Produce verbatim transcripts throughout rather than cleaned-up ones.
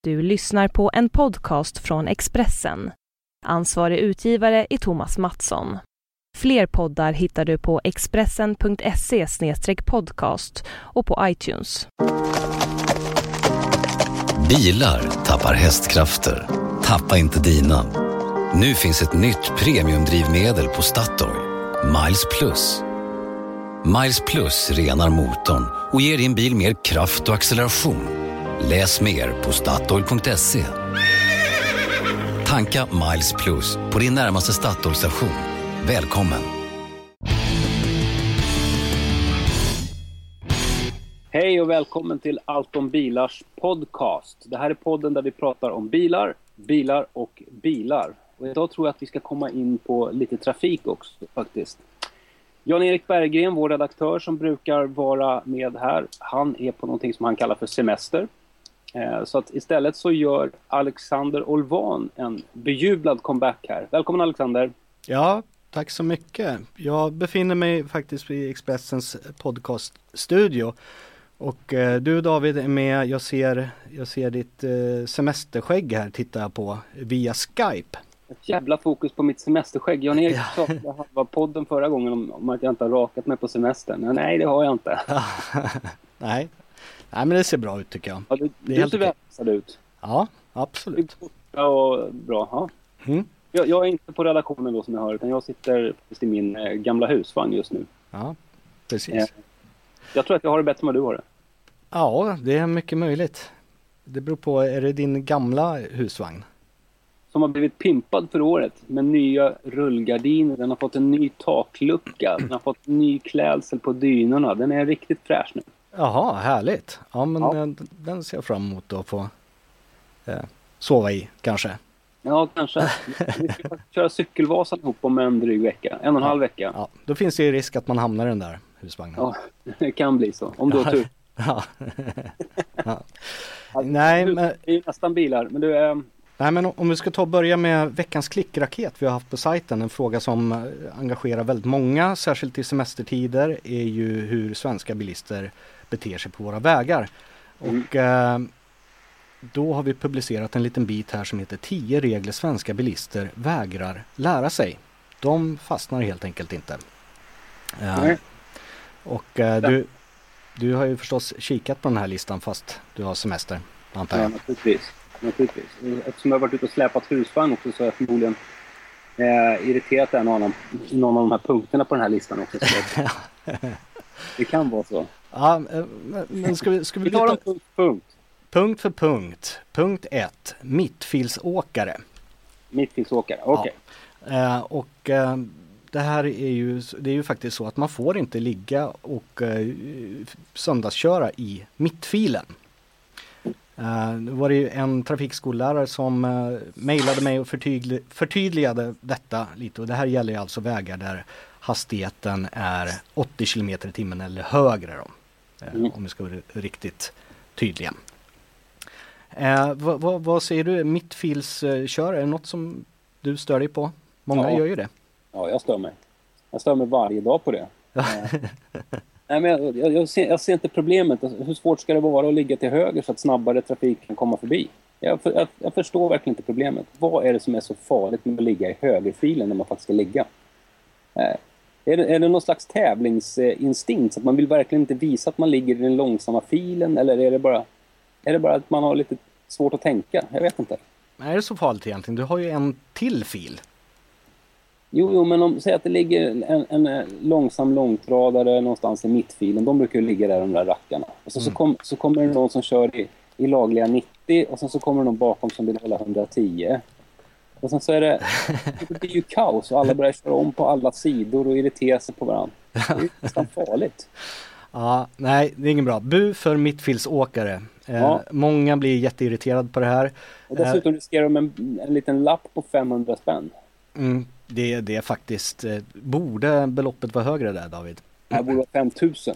Du lyssnar på en podcast från Expressen. Ansvarig utgivare är Thomas Mattsson. Fler poddar hittar du på expressen punkt se slash podcast och på iTunes. Bilar tappar hästkrafter. Tappa inte dina. Nu finns ett nytt premiumdrivmedel på Statoil. Miles Plus. Miles Plus renar motorn och ger din bil mer kraft och acceleration. Läs mer på statoil punkt se. Tanka Miles Plus på din närmaste Statoil-station. Välkommen! Hej och välkommen till Allt om bilars podcast. Det här är podden där vi pratar om bilar, bilar och bilar. Och idag tror jag att vi ska komma in på lite trafik också faktiskt. Jan-Erik Berggren, vår redaktör som brukar vara med här, han är på någonting som han kallar för semester. Så att istället så gör Alexander Olvan en bejublad comeback här. Välkommen Alexander. Ja, tack så mycket. Jag befinner mig faktiskt i Expressens podcaststudio. Och eh, du David är med, jag ser, jag ser ditt eh, semesterskägg här, tittar jag på via Skype. Ett jävla fokus på mitt semesterskägg. Jan-Erik sa att jag var podden förra gången om, om att jag inte har rakat mig på semestern. Men nej, det har jag inte. nej. nej, men det ser bra ut tycker jag. Ja, du det du ser välsad ut. Ja, absolut. Ja, och bra. Ja. Mm. Jag, jag är inte på redaktionen då som jag hör, utan jag sitter i min eh, gamla husvagn just nu. Ja, precis. Eh, jag tror att jag har det bättre än vad du har det. Ja, det är mycket möjligt. Det beror på, är det din gamla husvagn? Som har blivit pimpad för året med nya rullgardiner. Den har fått en ny taklucka. Den har fått ny klädsel på dynorna. Den är riktigt fräsch nu. Jaha, härligt. Ja, men ja. Den, den ser jag fram emot att få eh, sova i kanske. Ja, kanske. Vi ska köra cykelvasan ihop om en dryg vecka. En och en ja. halv vecka. Ja, då finns det ju risk att man hamnar i den där husvagnen. Ja, det kan bli så. Om du har tur. Ja. ja. Alltså, Nej, du, men... det är nästan bilar. Men du är... Nej, men om vi ska ta och börja med veckans klickraket vi har haft på sajten. En fråga som engagerar väldigt många, särskilt i semestertider, är ju hur svenska bilister beter sig på våra vägar. Mm. Och eh, då har vi publicerat en liten bit här som heter tio regler svenska bilister vägrar lära sig. De fastnar helt enkelt inte. Eh, mm. Och eh, du, du har ju förstås kikat på den här listan fast du har semester, antar jag. Ja, naturligtvis. Naturligtvis. Eftersom jag har varit ute och släpat husvagn också så har jag förmodligen eh, irriterat en annan, någon av de här punkterna på den här listan också. Så det kan vara så. Ja, men ska vi, ska vi, vi tar en punkt, punkt. Punkt för punkt. Punkt ett. Mittfilsåkare. Mittfilsåkare, okej. Okay. Ja. Eh, och eh, det här är ju, det är ju faktiskt så att man får inte ligga och eh, söndagsköra i mittfilen. Uh, det var det ju en trafikskollärare som uh, mejlade mig och förtydlig, förtydligade detta lite. Och det här gäller alltså vägar där hastigheten är åttio kilometer i timmen eller högre då, uh, mm. om vi ska vara riktigt tydliga. Uh, vad, vad, vad säger du? Mittfilskör, är det något som du stör dig på? Många ja. gör ju det. Ja, jag stör mig. Jag stör mig varje dag på det. uh. Nej, men jag, jag, jag, ser, jag ser inte problemet. Alltså, hur svårt ska det vara att ligga till höger så att snabbare trafik kan komma förbi? Jag, jag, jag förstår verkligen inte problemet. Vad är det som är så farligt med att ligga i högerfilen när man faktiskt ska ligga? Eh, är, det, är det någon slags tävlingsinstinkt så att man vill verkligen inte visa att man ligger i den långsamma filen? Eller är det bara, är det bara att man har lite svårt att tänka? Jag vet inte. Nej, är det så farligt egentligen? Du har ju en till fil. Jo, jo, men om säg att det ligger en, en långsam långtradare någonstans i mittfilen. De brukar ju ligga där, de där rackarna. Och så, mm. så, kom, så kommer det någon som kör i, i lagliga nittio. Och sen så kommer det någon bakom som vill hålla hundratio. Och sen så är det, det blir ju kaos. Och alla börjar köra om på alla sidor och irritera sig på varandra. Det är ju nästan farligt. Ja, nej, det är ingen bra. Bu för mittfilsåkare. Eh, ja. Många blir jätteirriterade på det här. Och dessutom riskerar de en, en liten lapp på femhundra spänn. Mm. Det, det är faktiskt, eh, borde beloppet vara högre där, David? Det borde vara fem tusen.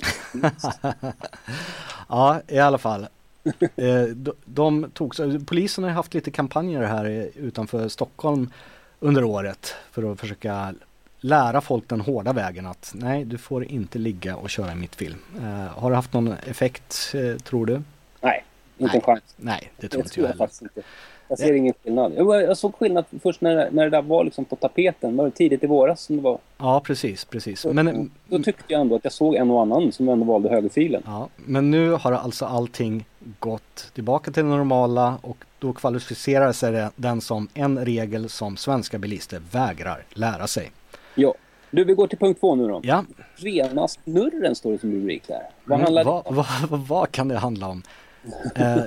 Ja, i alla fall. Eh, de, de tog, polisen har haft lite kampanjer här utanför Stockholm under året för att försöka lära folk den hårda vägen att nej, du får inte ligga och köra i mittfil. Eh, har det haft någon effekt, eh, tror du? Nej, Inte en chans. Nej, det tror det inte jag heller. Jag, inte. jag ser ja. ingen skillnad. Jag, jag såg skillnad först när, när det där var liksom på tapeten. Var det tidigt i våras som det var? Ja, precis, precis. Så, men, då tyckte jag ändå att jag såg en och annan som ändå valde högerfilen. Ja, men nu har alltså allting gått tillbaka till det normala och då kvalificerar sig det, den som en regel som svenska bilister vägrar lära sig. Ja. Du, vi går till punkt två nu då. Ja. Rena snurren står det som rubrik där. Vad mm, handlar vad, det om? Vad, vad, vad kan det handla om? eh,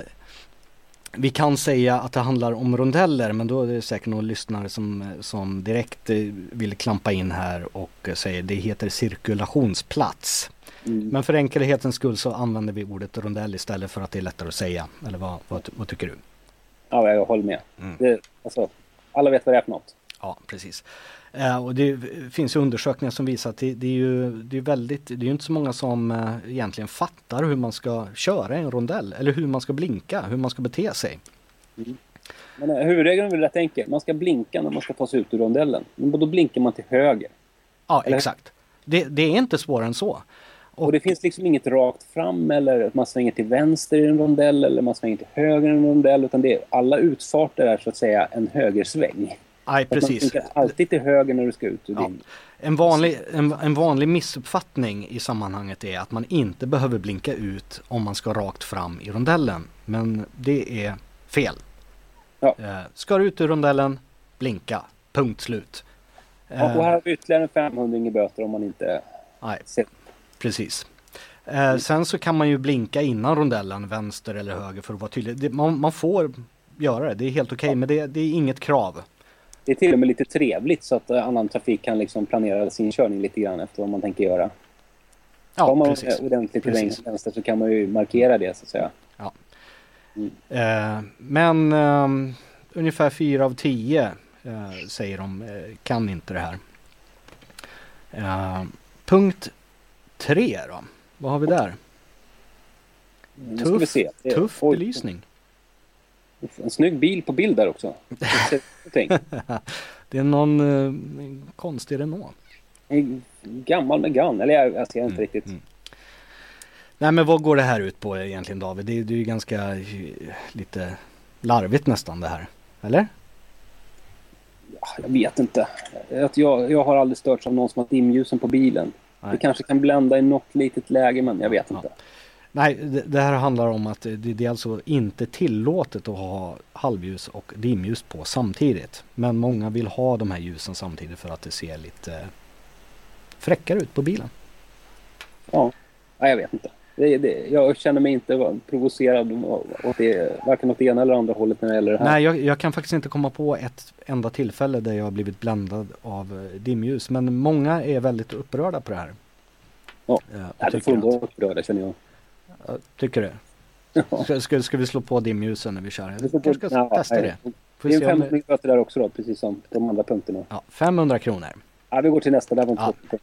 vi kan säga att det handlar om rondeller, men då är det säkert någon lyssnare som, som direkt vill klampa in här och säger det heter cirkulationsplats. Mm. Men för enkelhetens skull så använder vi ordet rondell istället för att det är lättare att säga. Eller vad, vad, vad tycker du? Ja, jag håller med. Mm. Det, alltså, alla vet vad det är för något. Ja, precis. Uh, och det finns ju undersökningar som visar att det, det är ju det är väldigt, det är ju inte så många som uh, egentligen fattar hur man ska köra en rondell eller hur man ska blinka, hur man ska bete sig. Mm. Men uh, huvudregeln är väl rätt enkel. Man ska blinka när man ska ta sig ut ur rondellen. Men då blinkar man till höger. Ja, eller? Exakt. Det, det är inte svårare än så. Och, och det finns liksom inget rakt fram eller att man svänger till vänster i en rondell eller man svänger till höger i en rondell, utan det är, alla utfarter är så att säga en högersväng. Nej, precis. Man alltid till höger när du ska ut ur ja. din... En vanlig, en, en vanlig missuppfattning i sammanhanget är att man inte behöver blinka ut om man ska rakt fram i rondellen. Men det är fel. Ja. Eh, ska du ut ur rondellen, blinka. Punkt slut. Eh, ja, och här har vi ytterligare en femhundring i böter om man inte nej. ser. Precis. Eh, sen så kan man ju blinka innan rondellen, vänster eller höger för att vara tydlig. Det, man, man får göra det, det är helt okej, okay, ja. men det, det är inget krav. Det är till och med lite trevligt så att annan trafik kan liksom planera sin körning lite grann efter vad man tänker göra. Ja, om man precis. är ordentligt till vänster så kan man ju markera det så att säga. Ja. Mm. Eh, men eh, ungefär fyra av tio eh, säger de eh, kan inte det här. Eh, punkt tre då. Vad har vi där? Mm, tuff vi se. Det är, tuff oj, belysning. En snygg bil på bild där också. Det är någon eh, konstig Renault. En gammal Megane, eller jag, jag ser inte mm, riktigt. Mm. Nej, men vad går det här ut på egentligen, David? Det, det är ju ganska lite larvigt nästan det här, eller? Ja, jag vet inte. Jag, jag har aldrig störts av någon som har dimljusen på bilen. Nej. Det kanske kan blända i något litet läge, men jag vet ja. inte. Nej, det, det här handlar om att det, det är alltså inte tillåtet att ha halvljus och dimljus på samtidigt. Men många vill ha de här ljusen samtidigt för att det ser lite fräckare ut på bilen. Ja, Nej, jag vet inte. Det, det, jag känner mig inte provocerad åt det, varken åt det ena eller andra hållet när det gäller det här. Nej, jag, jag kan faktiskt inte komma på ett enda tillfälle där jag har blivit bländad av dimljus. Men många är väldigt upprörda på det här. Ja, ja det får ändå att... upprörda känner jag. Tycker du? Ja. Ska, ska, ska vi slå på dimljusen när vi kör? Vi kanske ska ja, testa nej. det. Får det är fem hundra om... där också då, precis som de andra punkterna. Ja, femhundra kronor. Ja, vi går till nästa. Där var ja. två.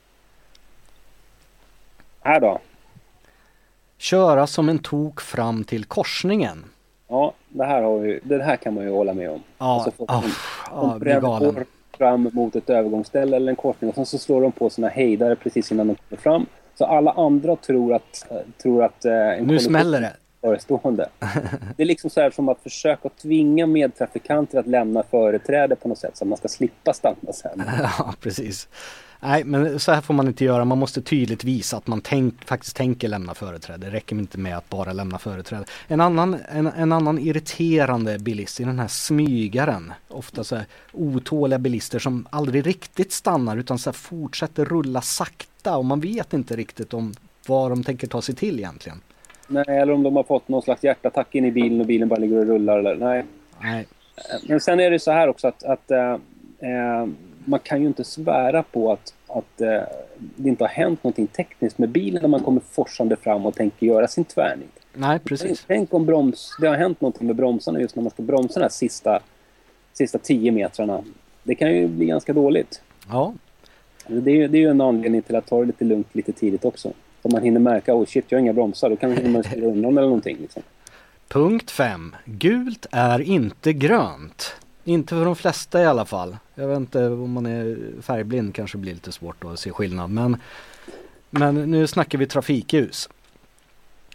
Här då. Köra som en tok fram till korsningen. Ja, det här, har vi, det här kan man ju hålla med om. Ja, alltså, oh, de, de oh, går fram mot ett övergångsställe eller en korsning och sen så slår de på sina hejdare precis innan de kommer fram. Så alla andra tror att, tror att eh, en nu smäller det. Förestående. Det är liksom så här som att försöka tvinga medtrafikanter att lämna företräde på något sätt så att man ska slippa stanna sen. Ja, precis. Nej, men så här får man inte göra. Man måste tydligt visa att man tänk, faktiskt tänker lämna företräde. Det räcker inte med att bara lämna företräde. En annan, en, en annan irriterande bilist är den här smygaren. Ofta så här otåliga bilister som aldrig riktigt stannar utan så här fortsätter rulla sakta. Och man vet inte riktigt om vad de tänker ta sig till egentligen. Nej, eller om de har fått någon slags hjärtattack in i bilen och bilen bara ligger och rullar. Eller, nej. nej. Men sen är det så här också att... att äh, äh, man kan ju inte svära på att, att eh, det inte har hänt någonting tekniskt med bilen när man kommer forsande fram och tänker göra sin tvärning. Nej, precis. Tänk, tänk om broms, det har hänt någonting med bromsarna just när man ska bromsa de här sista, sista tio metrarna. Det kan ju bli ganska dåligt. Ja. Det är, det är ju en anledning till att ta det lite lugnt lite tidigt också. Så man hinner märka, oh shit, jag har inga bromsar. Då kan man styra undan eller någonting. Liksom. Punkt fem. Gult är inte grönt. Inte för de flesta i alla fall. Jag vet inte om man är färgblind kanske blir lite svårt att se skillnad. Men, men nu snackar vi trafikljus.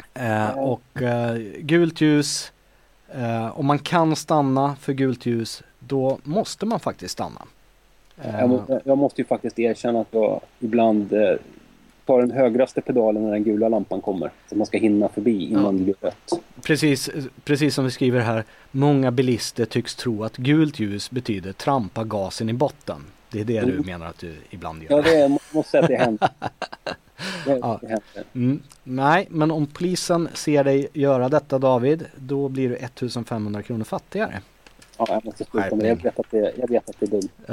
Eh, och eh, gult ljus, eh, om man kan stanna för gult ljus, då måste man faktiskt stanna. Eh, jag, må, jag måste ju faktiskt erkänna att jag ibland eh, tar den högraste pedalen när den gula lampan kommer. Så man ska hinna förbi innan ja. det blir rött. Precis, precis som vi skriver här, många bilister tycks tro att gult ljus betyder trampa gasen i botten. Det är det mm. du menar att du ibland gör. Ja, det är, jag måste säga att det händer. Det, ja. det händer. Mm. Nej, men om polisen ser dig göra detta, David, då blir du ettusenfemhundra kronor fattigare. Ja, jag måste sluta med det. Jag vet att det, jag vet att det är dumt. Ja.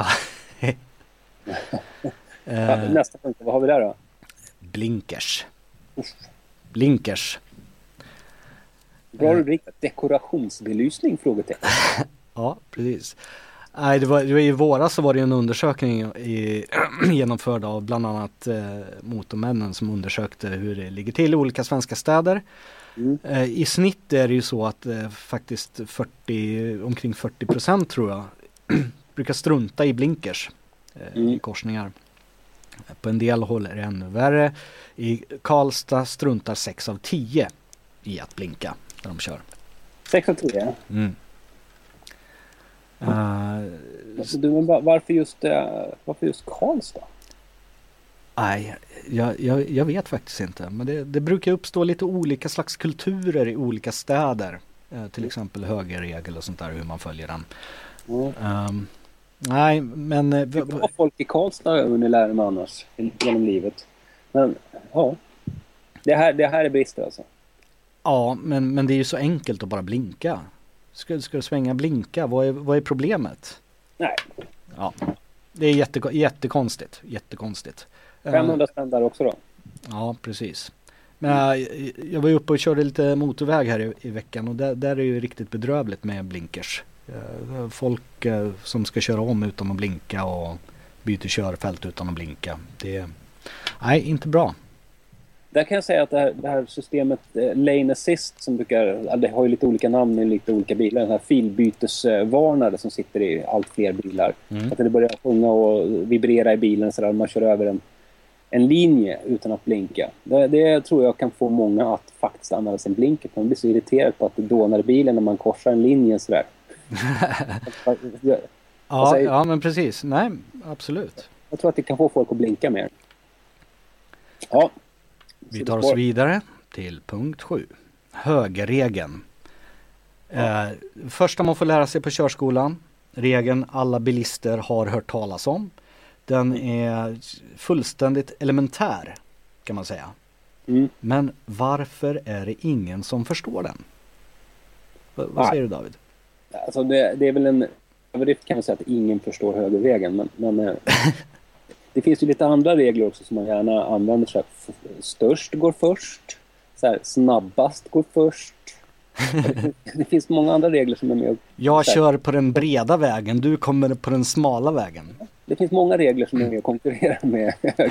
ja, nästa punkt, vad har vi där då? Blinkers. Uff. Blinkers. Bra rubrik. Dekorationsbelysning? Frågetecken. Ja, precis. Nej, det var, det var i våras så var det en undersökning i, genomförd av bland annat eh, Motormännen som undersökte hur det ligger till i olika svenska städer. Mm. Eh, I snitt är det ju så att eh, faktiskt fyrtio, omkring fyrtio procent tror jag brukar strunta i blinkers eh, mm. i korsningar. På en del håll är det ännu värre. I Karlstad struntar sex av tio i att blinka när de kör. sex av tio? Mm. Uh, alltså, du, men varför just, uh, varför just Karlstad? Nej, jag, jag, jag vet faktiskt inte. Men det, det brukar uppstå lite olika slags kulturer i olika städer. Uh, till exempel högerregel och sånt där, hur man följer den. Mm. Um, nej, men... Uh, det var folk i Karlstad under lär mig annars genom livet. Men ja, det här, det här är brister alltså. Ja, men, men det är ju så enkelt att bara blinka. Ska, ska du svänga blinka? Vad är, vad är problemet? Nej. Ja, det är jätte, jättekonstigt. Jättekonstigt. femhundra spänn där också då? Ja, precis. Men jag, jag var uppe och körde lite motorväg här i, i veckan och där, där är det ju riktigt bedrövligt med blinkers. Folk som ska köra om utan att blinka och byter körfält utan att blinka. Det är nej, inte bra. Där kan jag säga att det här, det här systemet eh, Lane Assist som brukar, det har ju lite olika namn i lite olika bilar. Den här filbytesvarnare som sitter i allt fler bilar. Mm. Att det börjar sjunga och vibrera i bilen så där man kör över en, en linje utan att blinka. Det, det tror jag kan få många att faktiskt använda sin blinker. Man blir så irriterad på att det dånar i bilen när man korsar en linje sådär. ja, säger, ja, men precis. Nej, absolut. Jag tror att det kan få folk att blinka mer. Ja. Vi tar oss vidare till punkt sju. Högerregeln. Ja. Eh, första man får lära sig på körskolan. Regeln alla bilister har hört talas om. Den är fullständigt elementär kan man säga. Mm. Men varför är det ingen som förstår den? V- vad Nej. säger du, David? Alltså det, det är väl en... Det kan man säga att ingen förstår högerregeln. Men... men det finns ju lite andra regler också som man gärna använder. Så här, störst går först. Så här, snabbast går först. Det, det finns många andra regler som är med. Jag kör på den breda vägen. Du kommer på den smala vägen. Det finns många regler som är med och konkurrerar med.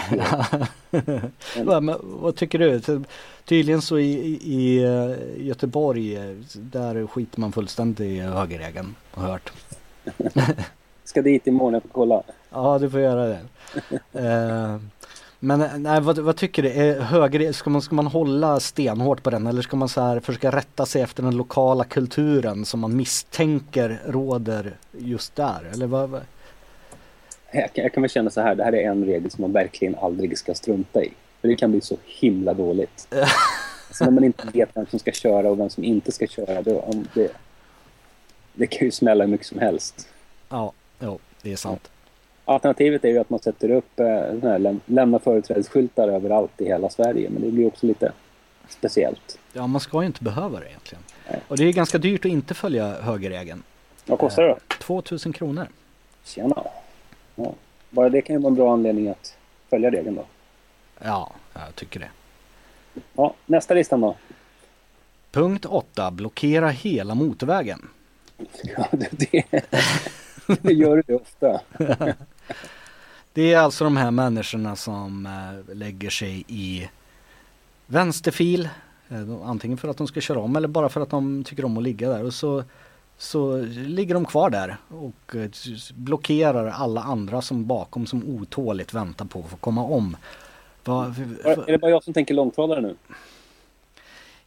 Men, men, vad tycker du? Tydligen så i, i, i Göteborg där skiter man fullständigt i högerregeln. Har hört. Ska dit imorgon och kolla. Ja, du får göra det. uh, men nej, vad, vad tycker du? Är höger, ska, man, ska man hålla stenhårt på den eller ska man så här försöka rätta sig efter den lokala kulturen som man misstänker råder just där? Eller vad, vad? Jag, jag kan väl känna så här, det här är en regel som man verkligen aldrig ska strunta i. För det kan bli så himla dåligt. Så när man inte vet vem som ska köra och vem som inte ska köra, då, det, det kan ju smälla hur mycket som helst. Ja, jo, det är sant. Alternativet är ju att man sätter upp eh, här, lämna företrädesskyltar överallt i hela Sverige. Men det blir också lite speciellt. Ja, man ska ju inte behöva det egentligen. Nej. Och det är ganska dyrt att inte följa högerregeln. Vad kostar det då? tvåtusen kronor. Tjena. Ja. Bara det kan ju vara en bra anledning att följa regeln då. Ja, jag tycker det. Ja, nästa listan då. Punkt åtta. Blockera hela motorvägen. Ja, det, det, det gör det ofta. Det är alltså de här människorna som äh, lägger sig i vänsterfil. Äh, antingen för att de ska köra om eller bara för att de tycker om att ligga där. Och så, så ligger de kvar där och äh, blockerar alla andra som bakom som otåligt väntar på att få komma om. Va, för, är det bara jag som tänker långtradare nu?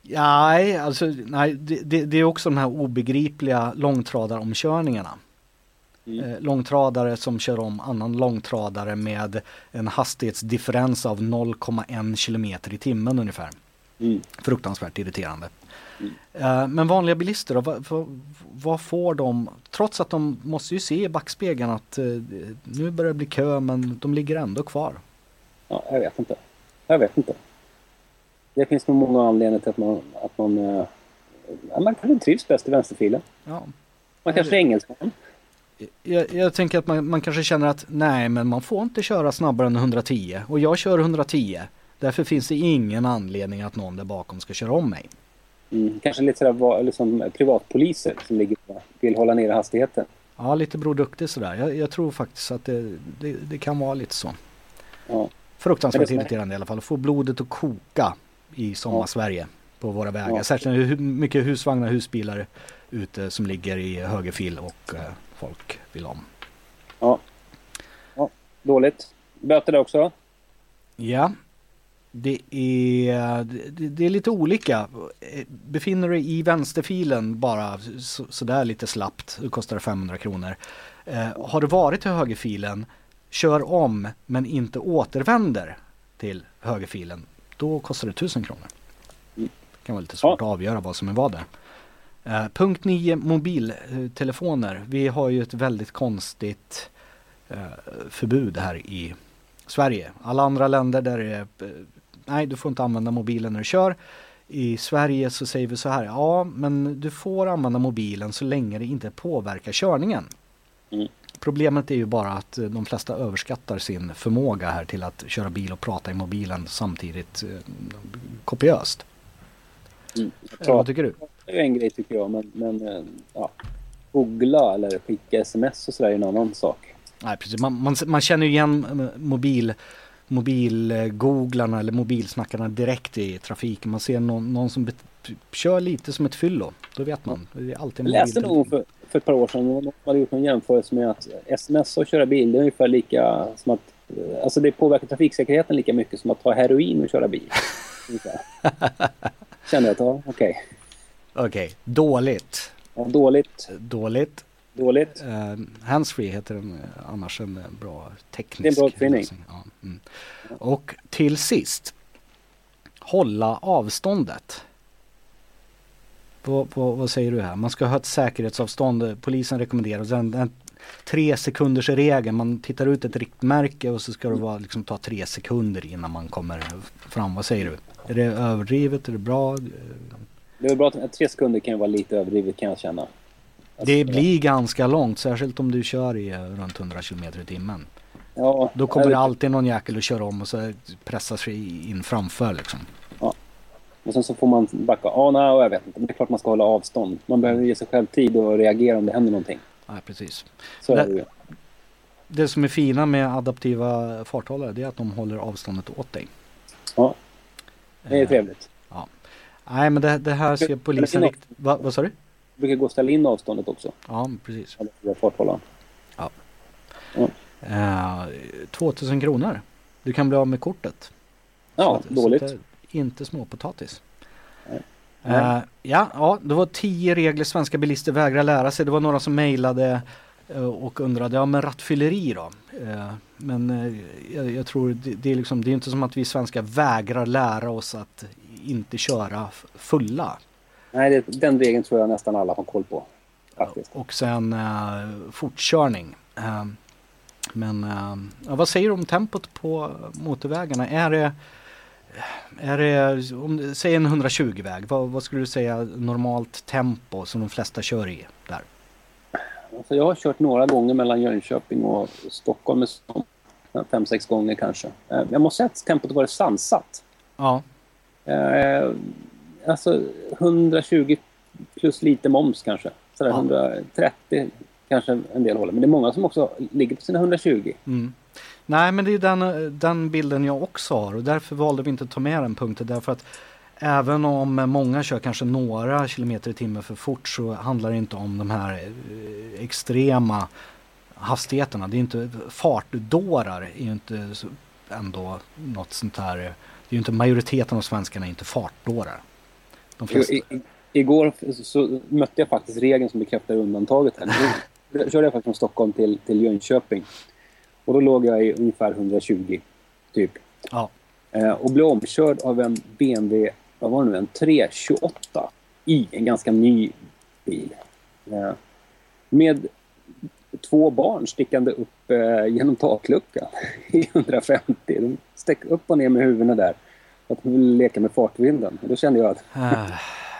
Nej, alltså, nej det, det, det är också de här obegripliga långtradaromkörningarna. Mm. Eh, långtradare som kör om annan långtradare med en hastighetsdifferens av noll komma en kilometer i timmen ungefär. Mm. Fruktansvärt irriterande. Mm. Eh, men vanliga bilister då, vad, vad, vad får de, trots att de måste ju se i backspegeln att eh, nu börjar det bli kö, men de ligger ändå kvar. Ja, jag vet inte. Jag vet inte. Det finns nog många anledningar till att man, att man, eh, man kanske trivs bäst i vänsterfilen. Ja. Man kanske är engelsman. Jag, jag tänker att man, man kanske känner att nej, men man får inte köra snabbare än hundratio. Och jag kör hundratio. Därför finns det ingen anledning att någon där bakom ska köra om mig. Mm, kanske lite sådär liksom privatpoliser som ligger och vill hålla ner hastigheten. Ja, lite Bror Duktig sådär. Jag, jag tror faktiskt att det, det, det kan vara lite så. Ja. Fruktansvärt irriterande i alla fall. Att få blodet att koka i sommarsverige på våra vägar. Ja. Särskilt hur mycket husvagnar och husbilar ute som ligger i högerfil och eh, folk vill om. Ja. Ja, dåligt. Böter det också? Ja. Det är, det, det är lite olika. Befinner du dig i vänsterfilen bara så, sådär lite slappt, det kostar femhundra kronor. Eh, har du varit i högerfilen, kör om men inte återvänder till högerfilen, då kostar det tusen kronor. Det kan vara lite svårt ja. att avgöra vad som är vad där. Eh, punkt nio, mobiltelefoner. Vi har ju ett väldigt konstigt eh, förbud här i Sverige. Alla andra länder där är nej, du får inte använda mobilen när du kör. I Sverige så säger vi så här, ja, men du får använda mobilen så länge det inte påverkar körningen. Mm. Problemet är ju bara att de flesta överskattar sin förmåga här till att köra bil och prata i mobilen samtidigt eh, kopiöst. Mm. Ja, vad tycker du? Det är en grej tycker jag, men, men ja, googla eller skicka sms och sådär är en annan sak. Nej, precis. Man, man, man känner ju igen mobil, mobilgooglarna eller mobilsnackarna direkt i trafiken. Man ser någon, någon som bet, kör lite som ett fyllo. Då vet man. Det är alltid en jag läste nog för, för ett par år sedan och de hade gjort en jämförelse med att sms och köra bil, det är ungefär lika som att, alltså det påverkar trafiksäkerheten lika mycket som att ta heroin och köra bil. Känner jag att, ja, okej. Okay. Okej, okay. Dåligt. Ja, dåligt. Dåligt. Dåligt. Uh, handsfree heter den uh, annars en uh, bra teknisk. Det är en bra uppfinning. Ja, mm. Och till sist, hålla avståndet. Vad, vad, vad säger du här? Man ska ha ett säkerhetsavstånd. Polisen rekommenderar den, den tre sekunders regeln. Man tittar ut ett riktmärke och så ska det vara, liksom, ta tre sekunder innan man kommer fram. Vad säger du? Är det överdrivet? Är det bra? Det är bra att tre sekunder kan vara lite överdrivet, kan jag känna. Alltså, det blir ja. ganska långt, särskilt om du kör i runt hundra kilometer i timmen. Ja, då kommer det alltid någon jäkel att köra om och så pressar sig in framför liksom. Ja. Och sen så får man backa. Ja, nej, jag vet inte. Det är klart man ska hålla avstånd. Man behöver ge sig själv tid och reagera om det händer någonting. Ja, precis. Så det, är det ju. Det som är fina med adaptiva farthållare, det är att de håller avståndet åt dig. Ja, det är trevligt. Ja. Nej, men det, det här ser polisen rikt... Va, vad sa du? Du brukar gå och ställa in avståndet också. Ja, precis. Farthållaren. Ja. ja. Uh, tvåtusen kronor. Du kan bli av med kortet. Ja, så, dåligt. Så inte småpotatis. Nej. Uh, ja, ja, det var tio regler svenska bilister vägrar lära sig. Det var några som mejlade uh, och undrade, ja men rattfylleri då? Uh, men uh, jag, jag tror det, det är liksom, det är inte som att vi svenskar vägrar lära oss att inte köra fulla. Nej, det, den regeln tror jag nästan alla har koll på. Faktiskt. Och sen uh, fortkörning. Uh, men uh, ja, vad säger du om tempot på motorvägarna? Är det, är det om, säg en hundratjugo-väg, vad, vad skulle du säga normalt tempo som de flesta kör i där? Alltså jag har kört några gånger mellan Jönköping och Stockholm, fem, sex gånger kanske. Uh, jag måste säga att tempot var sansat. Ja. Uh, alltså hundratjugo plus lite moms kanske. Sådär ja. hundratrettio kanske en del håller. Men det är många som också ligger på sina hundratjugo. Mm. Nej, men det är den, den bilden jag också har. Och därför valde vi inte att ta med den punkten. Därför att även om många kör kanske några kilometer i timmen för fort, så handlar det inte om de här extrema hastigheterna. Det är inte fartdårar, är ju inte ändå något sånt här. Det är ju inte majoriteten av svenskarna är inte fartdårar. De flesta. I, i, igår så mötte jag faktiskt regeln som bekräftar undantaget här. Då körde jag faktiskt från Stockholm till, till Jönköping. Och då låg jag i ungefär hundratjugo typ. Ja. Eh, och blev omkörd av en B M W, vad var det nu, en tre tjugoåtta i en ganska ny bil. Eh, med två barn stickande upp eh, genom takluckan i hundrafemtio. De stack upp och ner med huvudena där. För att de ville leka med fartvinden. Och då kände jag att... Uh,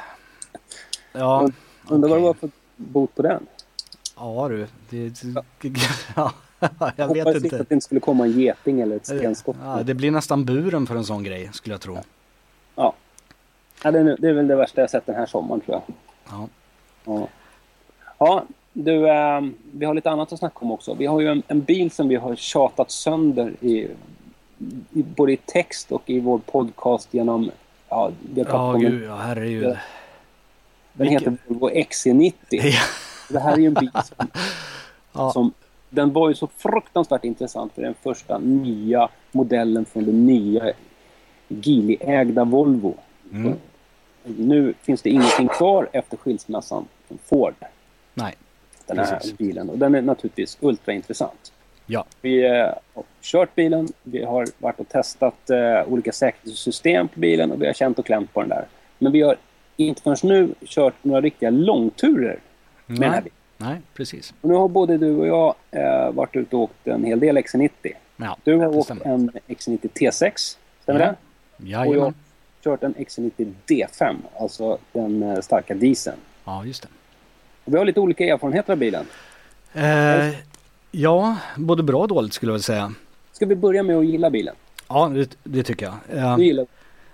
ja, und, undrar okay. vad det var för bot på den. Ja du, det... ja. Jag Jag vet hoppades inte. att det inte skulle komma en geting eller ett stenskott. Ja, det blir nästan buren för en sån grej, skulle jag tro. Ja, ja det, är, det är väl det värsta jag sett den här sommaren, tror jag. Ja. Ja, ja du, äh, vi har lite annat att snacka om också. Vi har ju en, en bil som vi har tjatat sönder i, i både i text och i vår podcast genom... Ja, vi har Ja, om gud, ja, herregud. Den Vilken... heter Volvo X C nittio. Ja. Det här är ju en bil som... Ja. som den var ju så fruktansvärt intressant för den första nya modellen från den nya Geely-ägda Volvo. Mm. Nu finns det ingenting kvar efter skilsmässan från Ford. Nej, Den här precis. bilen. Och den är naturligtvis ultraintressant. Ja. Vi eh, har kört bilen. Vi har varit och testat eh, olika säkerhetssystem på bilen. Och vi har känt och klämt på den där. Men vi har inte förrän nu kört några riktiga långturer med Nej. den här bilen. Nej, precis. Och nu har både du och jag eh, varit ute och åkt en hel del X C nittio. Ja, Du har det åkt stämmer. en X C nittio T sex, stämmer Ja. det? Och jag har Jajamän. kört en X C nittio D fem, alltså den eh, starka dieseln. Ja, just det. Och vi har lite olika erfarenheter av bilen. Eh, ja, både bra och dåligt skulle jag vilja säga. Ska vi börja med att gilla bilen? Ja, det, det tycker jag. Eh, Du gillar...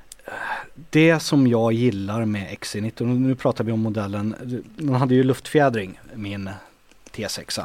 det som jag gillar med X C nittio, och nu pratar vi om modellen, den hade ju luftfjädring, min T sex.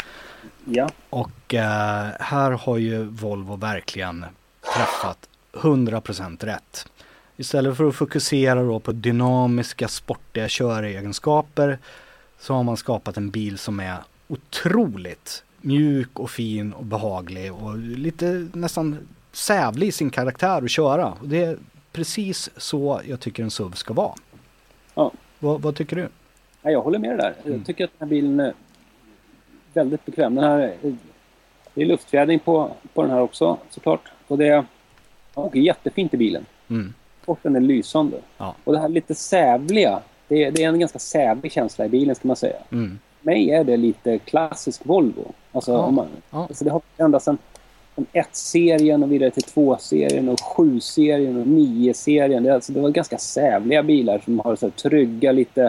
Ja. Och eh, här har ju Volvo verkligen träffat hundra procent rätt. Istället för att fokusera då på dynamiska, sportiga köregenskaper så har man skapat en bil som är otroligt mjuk och fin och behaglig och lite nästan sävlig i sin karaktär att köra. Och det är precis så jag tycker en S U V ska vara. Ja. Vad, vad tycker du? Ja, jag håller med dig där. Mm. Jag tycker att den här bilen är väldigt bekväm. Den här, det är luftfjädring på, på den här också, såklart. Och det är ja, jättefint i bilen. Mm. Och den är lysande. Ja. Och det här lite sävliga, det är, det är en ganska sävlig känsla i bilen, ska man säga. Mm. För mig är det lite klassisk Volvo. Alltså, Ja. om man, Ja. alltså det har ända sedan ett-serien och vidare till två-serien och sju-serien och nio-serien. Det, är alltså, det var ganska sävliga bilar som har så här trygga, lite,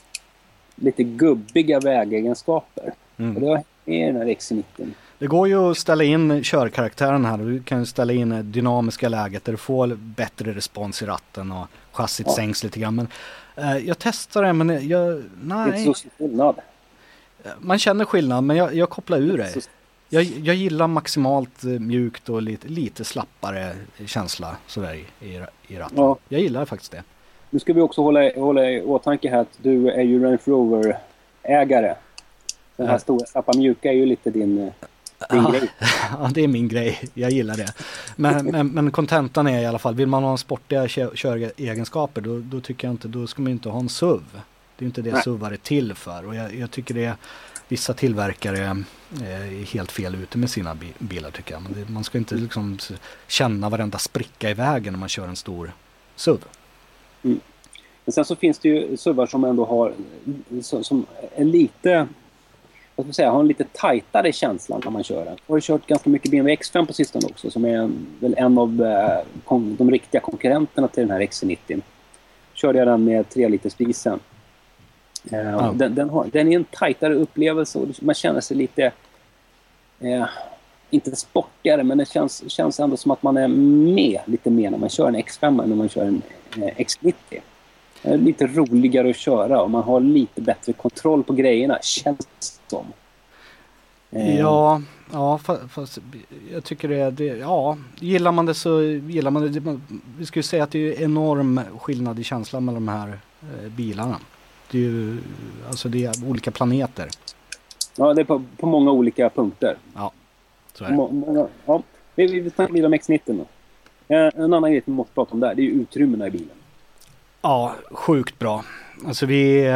lite gubbiga vägegenskaper. Mm. Och det har med den här X C nittio. Det går ju att ställa in körkaraktären här. Du kan ställa in det dynamiska läget där du får bättre respons i ratten och chassit Ja. sänks lite grann. Men eh, jag testar det, men jag, Det är nej. inte så stor skillnad. Man känner skillnad, men jag, jag kopplar ur det. Så- Jag, jag gillar maximalt eh, mjukt och lite, lite slappare känsla sådär i, i, i ratten. Ja. Jag gillar faktiskt det. Nu ska vi också hålla, hålla i åtanke här att du är ju Range Rover-ägare. Den här Ja. stora slappa mjuka är ju lite din, din Ja. grej. Ja, det är min grej. Jag gillar det. Men, men, men kontentan är i alla fall, vill man ha sportiga kö- köregenskaper då, då tycker jag inte, då ska man inte ha en S U V. Det är inte det Nej. S U V är till för. Och jag, jag tycker det är, vissa tillverkare eh, är helt fel ute med sina bi- bilar tycker jag. Men det, man ska inte liksom s- känna varenda spricka i vägen när man kör en stor S U V. Men sen så finns det ju S U V:ar som ändå har som, som är lite, vad ska man säga, har en lite tajtare känsla när man kör den. Jag har ju kört ganska mycket B M W X fem på sistone också, som är en, väl en av eh, kon, de riktiga konkurrenterna till den här X C nittio. Körde jag den med tre liters spisen. Eh, Ja. den, den, har, den är en tajtare upplevelse och man känner sig lite eh, inte sportigare, men det känns, känns ändå som att man är med lite mer när man kör en X fem än när man kör en eh, X nittio. Det är lite roligare att köra och man har lite bättre kontroll på grejerna, känns det som. Eh, Ja, ja fast, fast jag tycker det, det, ja, gillar man det så gillar man det. Man, vi ska ju säga att det är enorm skillnad i känslan mellan de här eh, bilarna. Det är ju, alltså det är olika planeter. Ja, det är på, på många olika punkter. Ja, så är På det. må, många, ja. Vi, vi snackar lite om X nittio nu. Eh, en annan grej som vi måste prata om där, det är ju utrymmena i bilen. Ja, sjukt bra. Alltså vi,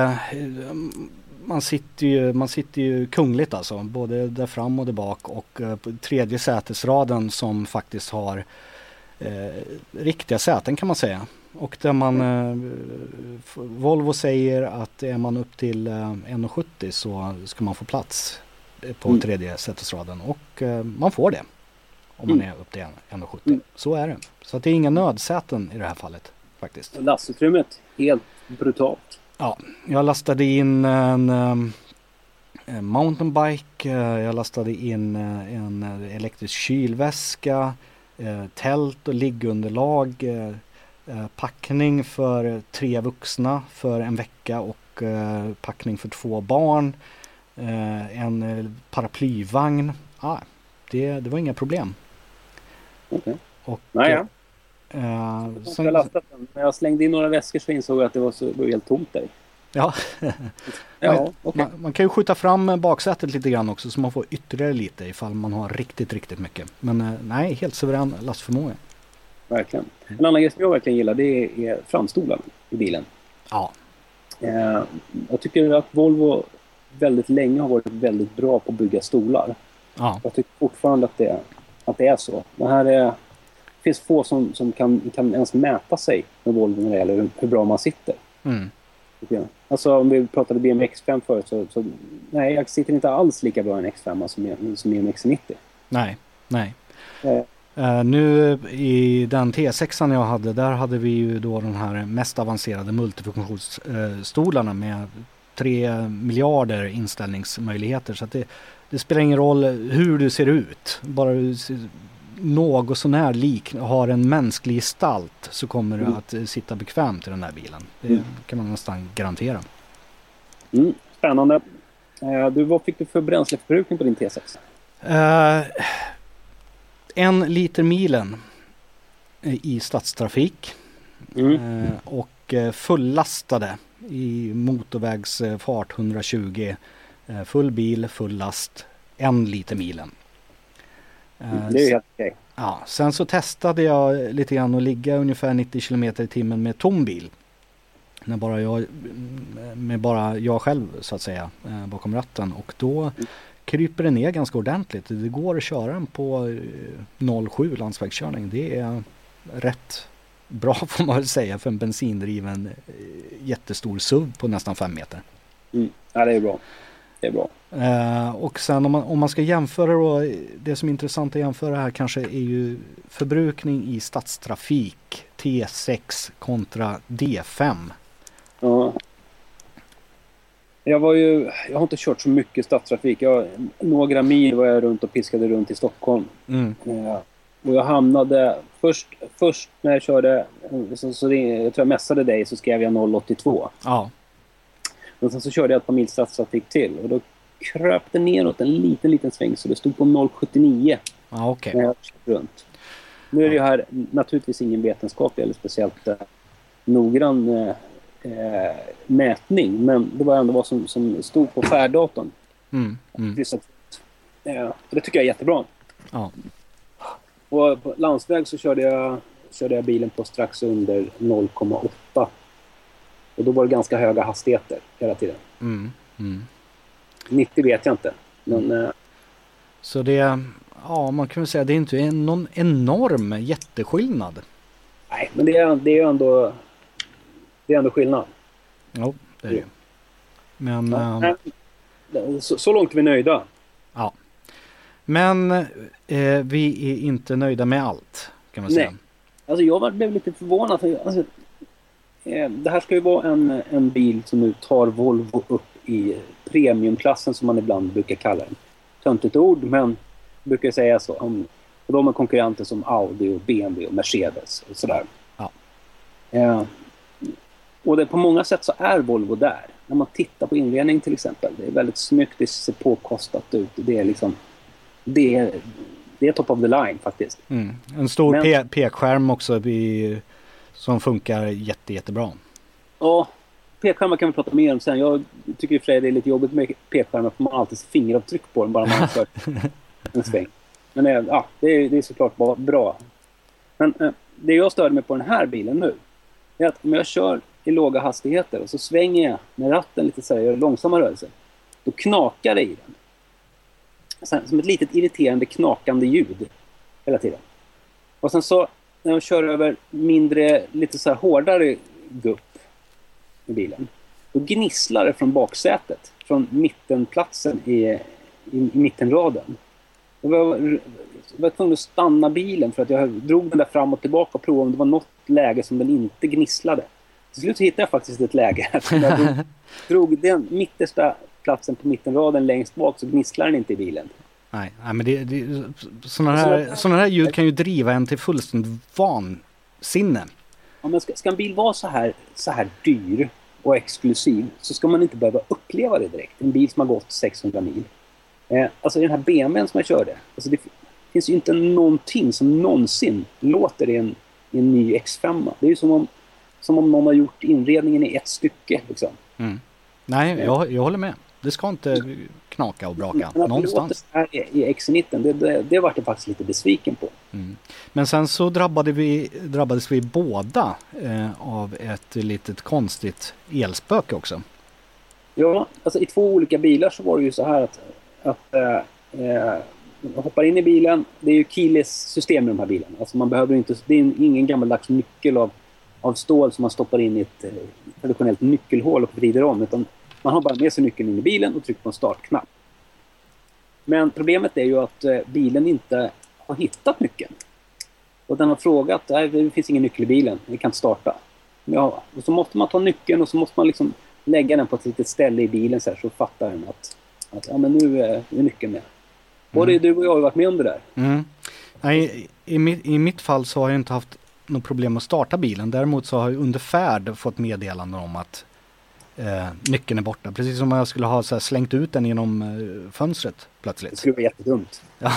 man sitter ju, man sitter ju kungligt alltså, både där fram och där bak, och på tredje sätesraden som faktiskt har eh, riktiga säten kan man säga. Och där man, eh, Volvo säger att är man upp till eh, en komma sjuttio så ska man få plats på mm. tredje sätesraden, och eh, man får det om man mm. är upp till en komma sjuttio. Mm. Så är det. Så att det är inga nödsäten i det här fallet faktiskt. Lastutrymmet, helt brutalt. Ja, jag lastade in en, en mountainbike, jag lastade in en elektrisk kylväska, tält och liggunderlag, packning för tre vuxna för en vecka och packning för två barn, en paraplyvagn. Ah, det, det var inga problem. Okay. Och, Nej, ja. Uh, jag, sen, jag, När jag slängde in några väskor så insåg jag att det var, så, det var helt tomt där. Ja, ja man, okay. man, man kan ju skjuta fram baksätet lite grann också så man får ytterligare lite ifall man har riktigt, riktigt mycket. Men uh, nej, helt suverän lastförmåga. Verkligen. En annan grej som jag verkligen gillar, det är, är framstolarna i bilen. Ja. Uh, jag tycker att Volvo väldigt länge har varit väldigt bra på att bygga stolar. Ja. Jag tycker fortfarande att det, att det är så. Det här är... Det finns få som, som kan, kan ens mäta sig med Volvo när det gäller hur, hur bra man sitter. Mm. Alltså om vi pratade B M W X fem förut så, så nej, jag sitter inte alls lika bra i en X fem som i, som i en X nittio. Nej, nej. Eh. Uh, nu i den T sex jag hade, där hade vi ju då den här mest avancerade multifunktionsstolarna uh, med tre miljarder inställningsmöjligheter. Så att det, det spelar ingen roll hur du ser ut. Bara du något sån här lik har en mänsklig gestalt så kommer du mm. att sitta bekvämt i den här bilen. Det mm. kan man nästan garantera. Mm. Spännande. Eh, du, vad fick du för bränsleförbrukning på din T sex? Eh, en liter milen i stadstrafik mm. eh, och fullastade i motorvägsfart hundratjugo, eh, full bil, full last, en liter milen. Mm, det är helt okej. Ja, sen så testade jag lite grann att ligga ungefär nittio kilometer i timmen med tom bil. När bara jag, med bara jag själv så att säga bakom ratten, och då mm. kryper det ner ganska ordentligt. Det går att köra den på noll komma sju landsvägskörning. Det är rätt bra får man väl säga för en bensindriven jättestor S U V på nästan fem meter. Mm. Ja, det är bra. Det är bra. Uh, och sen om man, om man ska jämföra då, det som är intressant att jämföra här kanske är ju förbrukning i stadstrafik T sex kontra D fem. Ja. Jag var ju, jag har inte kört så mycket stadstrafik. Jag, några mil var jag runt och piskade runt i Stockholm. Mm. Uh, och jag hamnade först, först när jag körde, så, så det, jag tror jag mässade dig, så skrev jag noll komma åttiotvå. Ja. Men sen så körde jag ett par mil stadstrafik till och då kröp det neråt en liten, liten sväng så det stod på noll komma sjuttionio. Ja, okej. När jag körde runt. Nu är det ju här naturligtvis ingen vetenskaplig eller speciellt eh, noggrann eh, mätning, men det var ändå vad som, som stod på färddatorn. Mm, mm. Eh, det tycker jag är jättebra. Ja. Och på landsväg så körde jag, körde jag bilen på strax under noll komma åtta. Och då var det ganska höga hastigheter hela tiden. Mm, mm. nittio vet jag inte. Men, eh, så det, ja, man kan väl säga det är inte en, någon enorm jätteskillnad. Nej, men det är, det är ändå det är ändå skillnad. Jo, det är det. Men ja, ähm, så, så långt är vi nöjda. Ja. Men eh, vi är inte nöjda med allt, kan man säga. Nej. Alltså jag blev lite förvånad. Alltså, eh, det här ska ju vara en, en bil som nu tar Volvo upp i premiumklassen som man ibland brukar kalla den. Töntigt ord, men brukar säga så. Om, och de är konkurrenter som Audi och B M W och Mercedes och sådär. Ja. Eh, och det, på många sätt så är Volvo där. När man tittar på inredning till exempel. Det är väldigt snyggt, det ser påkostat ut. Det är liksom det är, det är top of the line faktiskt. Mm. En stor Men, p- pekskärm också i, som funkar jätte, jättebra. Ja, pekskärmar kan vi prata mer om sen. Jag tycker i och för sig det är lite jobbigt med pekskärmar för man har alltid fingeravtryck på den bara man har kört en sväng. Men det, ja, det, är, det är såklart bara bra. Men eh, det jag störde mig på den här bilen nu är att om jag kör i låga hastigheter och så svänger jag med ratten lite så här, gör långsamma rörelser. Då knakar det i den. Sen, som ett litet irriterande knakande ljud hela tiden. Och sen så när jag kör över mindre, lite så här hårdare gupp i bilen, då gnisslar det från baksätet, från mittenplatsen i, i, i mittenraden. Jag var, jag var tvungen att stanna bilen för att jag drog den där fram och tillbaka och provade om det var något läge som den inte gnisslade. Till slut hittade jag faktiskt ett läge. Jag drog, drog den mittersta platsen på mittenraden längst bak så gnisslar den inte i bilen. Nej, nej men det, det, sådana, här, sådana här ljud kan ju driva en till fullständigt vansinne. Ja, men ska, ska en bil vara så här, så här dyr och exklusiv så ska man inte behöva uppleva det direkt. En bil som har gått sexhundra mil. Eh, alltså den här B M W:n som jag körde. Alltså det finns ju inte någonting som någonsin låter i en, i en ny X fem. Det är ju som om, som om någon har gjort inredningen i ett stycke. Liksom. Mm. Nej, jag, jag håller med. Det ska inte knaka och braka men någonstans. Här i X nitton, det, det, det var jag faktiskt lite besviken på. Mm. Men sen så drabbade vi, drabbades vi båda eh, av ett litet konstigt elspöke också. Ja, alltså i två olika bilar så var det ju så här att, att äh, äh, man hoppar in i bilen. Det är ju keyless system i de här bilarna. Alltså man behöver inte, det är ingen gammaldags nyckel av, av stål som man stoppar in i ett eh, traditionellt nyckelhål och vrider om, utan man har bara med sig nyckeln in i bilen och trycker på en startknapp. Men problemet är ju att eh, bilen inte har hittat nyckeln. Och den har frågat, nej det finns ingen nyckel i bilen, vi kan inte starta. Ja, och så måste man ta nyckeln och så måste man liksom lägga den på ett litet ställe i bilen så här, så fattar den att, att ja, men nu är nyckeln med. Både mm. du och jag har varit med om det där. Mm. Nej, i, i, mitt, I mitt fall så har jag inte haft något problem att starta bilen. Däremot så har jag under färd fått meddelande om att eh, nyckeln är borta. Precis som om jag skulle ha så här, slängt ut den genom eh, fönstret plötsligt. Det skulle vara jättedumt. Ja.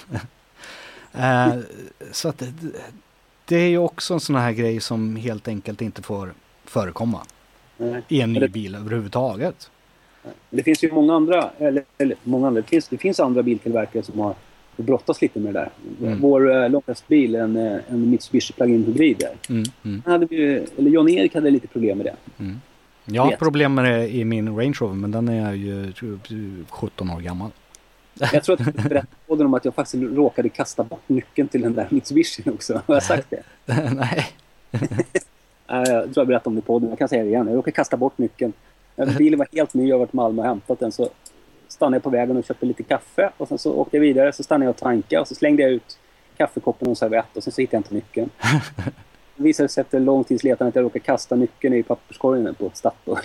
eh, så att det, det är ju också en sån här grej som helt enkelt inte får förekomma. Nej. I en ny det, bil överhuvudtaget. Det finns ju många andra, eller, eller många andra, det finns, det finns andra biltillverkare som har brottas lite med det där. Mm. Vår äh, långtradbil, en, en Mitsubishi plug-in hybrid där. Mm. Mm. Hade vi, eller Jan Erik hade lite problem med det. Mm. Jag har problem med det i min Range Rover, men den är ju sjutton år gammal. Jag tror att jag berättade på dem om att jag faktiskt råkade kasta bort nyckeln till den där Mitsubishi också. Har jag sagt det? Nej. Jag tror jag berättade om det på podden. Jag kan säga det igen. Jag råkade kasta bort nyckeln. Bilen var helt ny. Jag har varit i Malmö och hämtat den. Så stannade jag på vägen och köpte lite kaffe. Och sen så åkte jag vidare. Så stannade jag och tankade. Och så slängde jag ut kaffekoppen och servett. Och sen så hittade jag inte nyckeln. Det visade sig efter lång tids letande att jag råkade kasta nyckeln i papperskorgen på ett Statoil.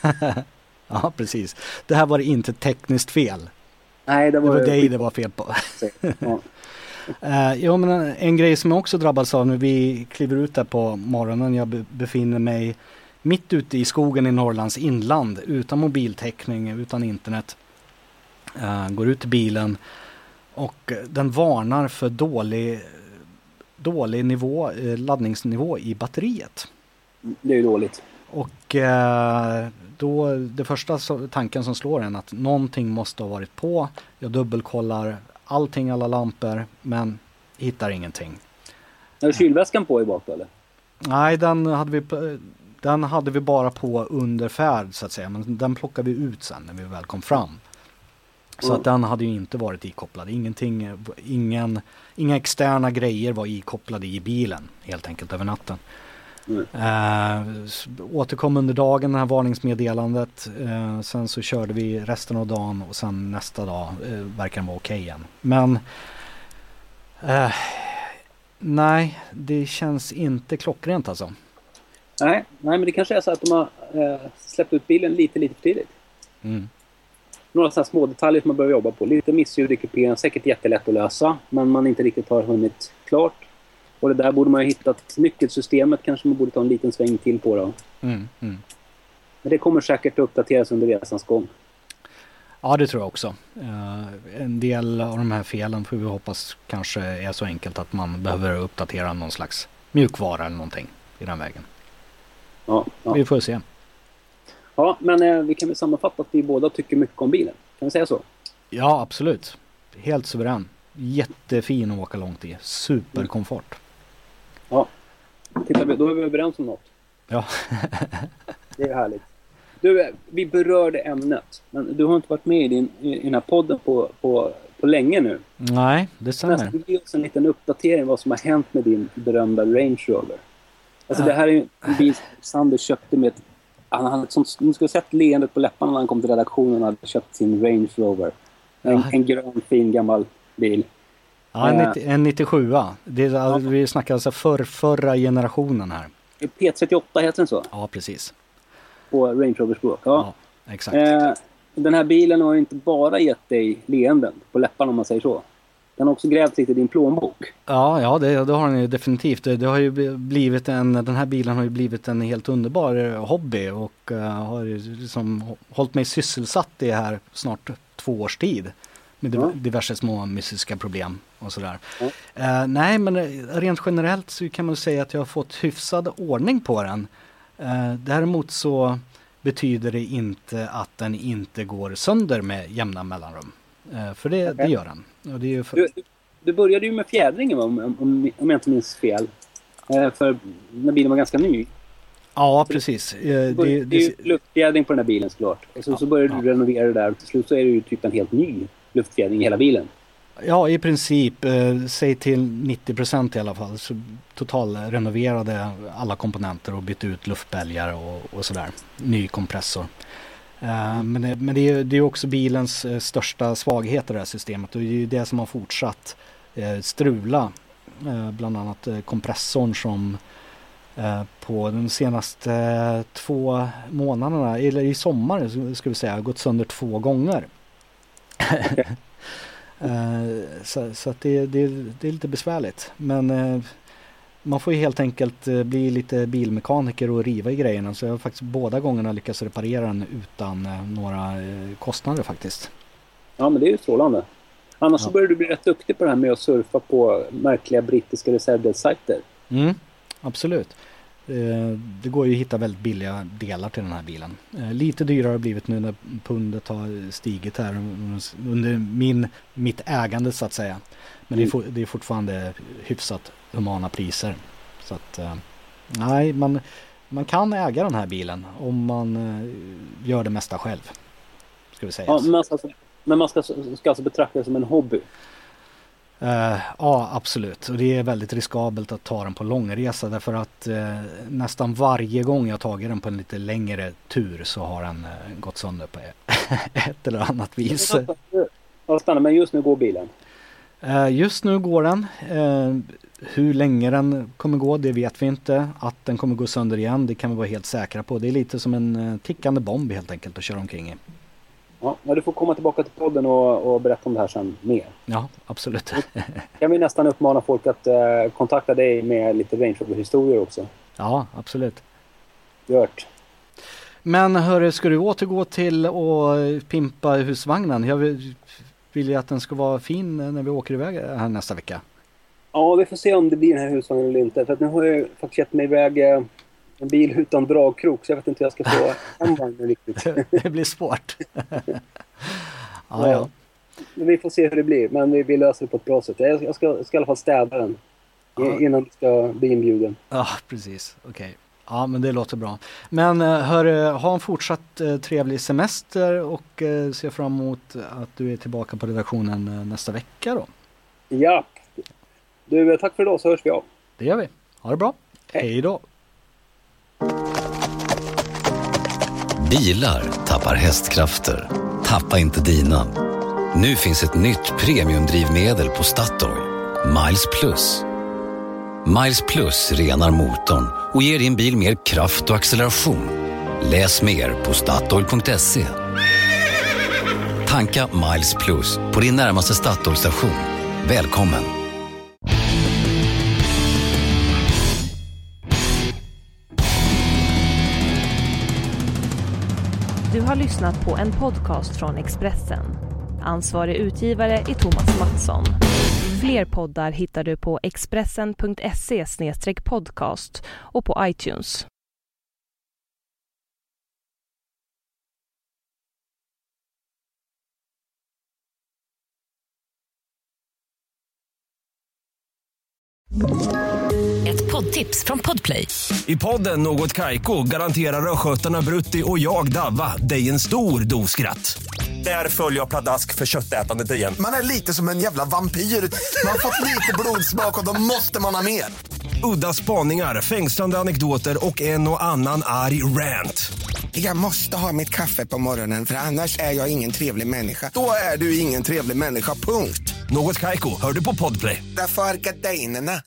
Ja, precis. Det här var inte tekniskt fel. Nej, det var, det var dig det var fel på. Ja. Uh, ja, men en, en grej som jag också drabbas av när vi kliver ut där på morgonen. Jag be- befinner mig mitt ute i skogen i Norrlands inland utan mobiltäckning, utan internet. Uh, går ut till bilen och den varnar för dålig, dålig nivå, eh, laddningsnivå i batteriet. Det är ju dåligt. Och uh, då det första så, tanken som slår en att någonting måste ha varit på. Jag dubbelkollar allting, alla lampor, men hittar ingenting. Är kylväskan på i bak eller? Nej, den hade vi den hade vi bara på under färd så att säga, men den plockade vi ut sen när vi väl kom fram. Så mm. att den hade ju inte varit ikopplad. Ingenting, ingen, inga externa grejer var ikopplade i bilen helt enkelt över natten. Mm. Eh, återkom under dagen det här varningsmeddelandet. Eh, sen så körde vi resten av dagen och sen nästa dag eh, verkar den vara okej igen. Men eh, nej, det känns inte klockrent alltså. Nej, nej, men det kanske är så att de har eh, släppt ut bilen lite, lite för tidigt. Mm. Några sådana små detaljer som man börjar jobba på. Lite missljud i kupén, säkert jättelätt att lösa, men man inte riktigt har hunnit klart. Och det där borde man ha hittat. Nyckelsystemet kanske man borde ta en liten sväng till på då. Mm, mm. Men det kommer säkert att uppdateras under resans gång. Ja, det tror jag också. Uh, en del av de här felen får vi hoppas kanske är så enkelt att man behöver uppdatera någon slags mjukvara eller någonting i den vägen. Ja, ja. Vi får se. Ja, men eh, vi kan väl sammanfatta att vi båda tycker mycket om bilen. Kan vi säga så? Ja, absolut. Helt suverän. Jättefin att åka långt i. Superkomfort. Ja, titta, då är vi överens om något. Ja. Det är härligt. Du, vi berörde ämnet, men du har inte varit med i, din, i den här podden på, på, på länge nu. Nej, det stämmer. Nästan ge oss en liten uppdatering vad som har hänt med din berömda Range Rover. Alltså det här är ju en bil som Sander köpte med ett, han hade ett sånt, ni skulle ha sett leendet på läpparna när han kom till redaktionen och hade köpt sin Range Rover. En, Ja. en grön, fin, gammal bil. Ja, en, nittio, en nittiosju. Det är, ja. Vi snackar alltså för förra generationen här. P trettioåtta heter den så? Ja, precis. På Range Rover språk. Ja, ja exakt. Eh, den här bilen har ju inte bara gett dig leenden på läpparna om man säger så. Den har också grävt lite i din plånbok. Ja, ja det, det har den ju definitivt. Det, det har ju blivit en, den här bilen har ju blivit en helt underbar hobby och uh, har ju liksom hållit mig sysselsatt i här snart två års tid. Med ja. diverse små mystiska problem och sådär. Ja. Uh, nej, men rent generellt så kan man säga att jag har fått hyfsad ordning på den. Uh, däremot så betyder det inte att den inte går sönder med jämna mellanrum. Uh, för det, okay. det gör den. Och det är ju för... du, du började ju med fjädringen om, om, om jag inte minns fel. Uh, för när bilen var ganska ny. Ja, precis. Uh, det, det, det är ju luftfjädring på den här bilen såklart. Och så, ja, så började ja. du renovera det där och till slut så är det ju typ en helt ny luftfjädring i hela bilen. Ja, i princip. Eh, säg till nittio procent i alla fall. Så total renoverade alla komponenter och bytte ut luftbälgar och, och sådär. Ny kompressor. Eh, men det, men det är, det är också bilens eh, största svaghet i det här systemet. Och det är ju det som har fortsatt eh, strula. Eh, bland annat eh, kompressorn som eh, på de senaste eh, två månaderna, eller i sommar skulle vi säga, har gått sönder två gånger. Okay. Uh, så så att det, det, det är lite besvärligt. Men uh, man får ju helt enkelt uh, bli lite bilmekaniker och riva i grejerna. Så jag har faktiskt båda gångerna lyckats reparera den utan uh, några uh, kostnader faktiskt. Ja, men det är ju strålande. Annars ja. så börjar du bli rätt duktig på det här med att surfa på märkliga brittiska reservdelssajter. Mm, absolut. Det går ju att hitta väldigt billiga delar till den här bilen. Lite dyrare har det blivit nu när pundet har stigit här under min, mitt ägande så att säga. Men mm. det, är for, det är fortfarande hyfsat humana priser. Så att, nej, man, man kan äga den här bilen om man gör det mesta själv. Ska vi säga. Ja, men, alltså, men man ska, ska alltså betrakta det som en hobby? Uh, ja, absolut. Och det är väldigt riskabelt att ta den på långresa därför att uh, nästan varje gång jag tagit den på en lite längre tur så har den uh, gått sönder på ett eller annat vis. Ja, spännande. Men just nu går bilen? Uh, just nu går den. Uh, hur länge den kommer gå, det vet vi inte. Att den kommer gå sönder igen, det kan vi vara helt säkra på. Det är lite som en uh, tickande bomb helt enkelt att köra omkring i. Ja, du får komma tillbaka till podden och, och berätta om det här sen mer. Ja, absolut. Kan vi nästan uppmana folk att uh, kontakta dig med lite Range Rover-historier också? Ja, absolut. Gjort. Men hörru, ska du återgå till att pimpa husvagnen? Jag vill, vill ju att den ska vara fin när vi åker iväg här nästa vecka. Ja, vi får se om det blir den här husvagnen eller inte. För att nu har jag faktiskt gett mig iväg uh, en bil utan dragkrok så jag vet inte hur jag ska få en vagn riktigt. Det blir svårt. ja, ja. Vi får se hur det blir, men vi, vi löser det på ett bra sätt. Jag, jag, ska, jag ska i alla fall städa den ja. innan du ska bli inbjuden. Ja, precis. Okej. Okay. Ja, men det låter bra. Men hör, ha en fortsatt eh, trevlig semester och eh, se fram emot att du är tillbaka på redaktionen eh, nästa vecka då. Ja. Du, tack för idag så hörs vi av. Det gör vi. Ha det bra. Hej, Hej då. Bilar tappar hästkrafter. Tappa inte dina. Nu finns ett nytt premiumdrivmedel på Statoil. Miles Plus. Miles Plus renar motorn och ger din bil mer kraft och acceleration. Läs mer på statoil punkt se. Tanka Miles Plus på din närmaste Statoil-station. Välkommen! Du har lyssnat på en podcast från Expressen. Ansvarig utgivare är Thomas Mattsson. Fler poddar hittar du på expressen punkt se slash podcast och på iTunes. Ett poddtips från Podplay. I podden Något Kaiko garanterar röskötarna Brutti och jag Davva dig en stor dos skratt. Där följer jag pladask för köttätandet igen. Man är lite som en jävla vampyr. Man har fått lite blodsmak och då måste man ha mer. Udda spaningar, fängslande anekdoter och en och annan arg rant. Jag måste ha mitt kaffe på morgonen för annars är jag ingen trevlig människa. Då är du ingen trevlig människa, punkt. Något Kaiko, hör du på Podplay. Därför är gardinerna.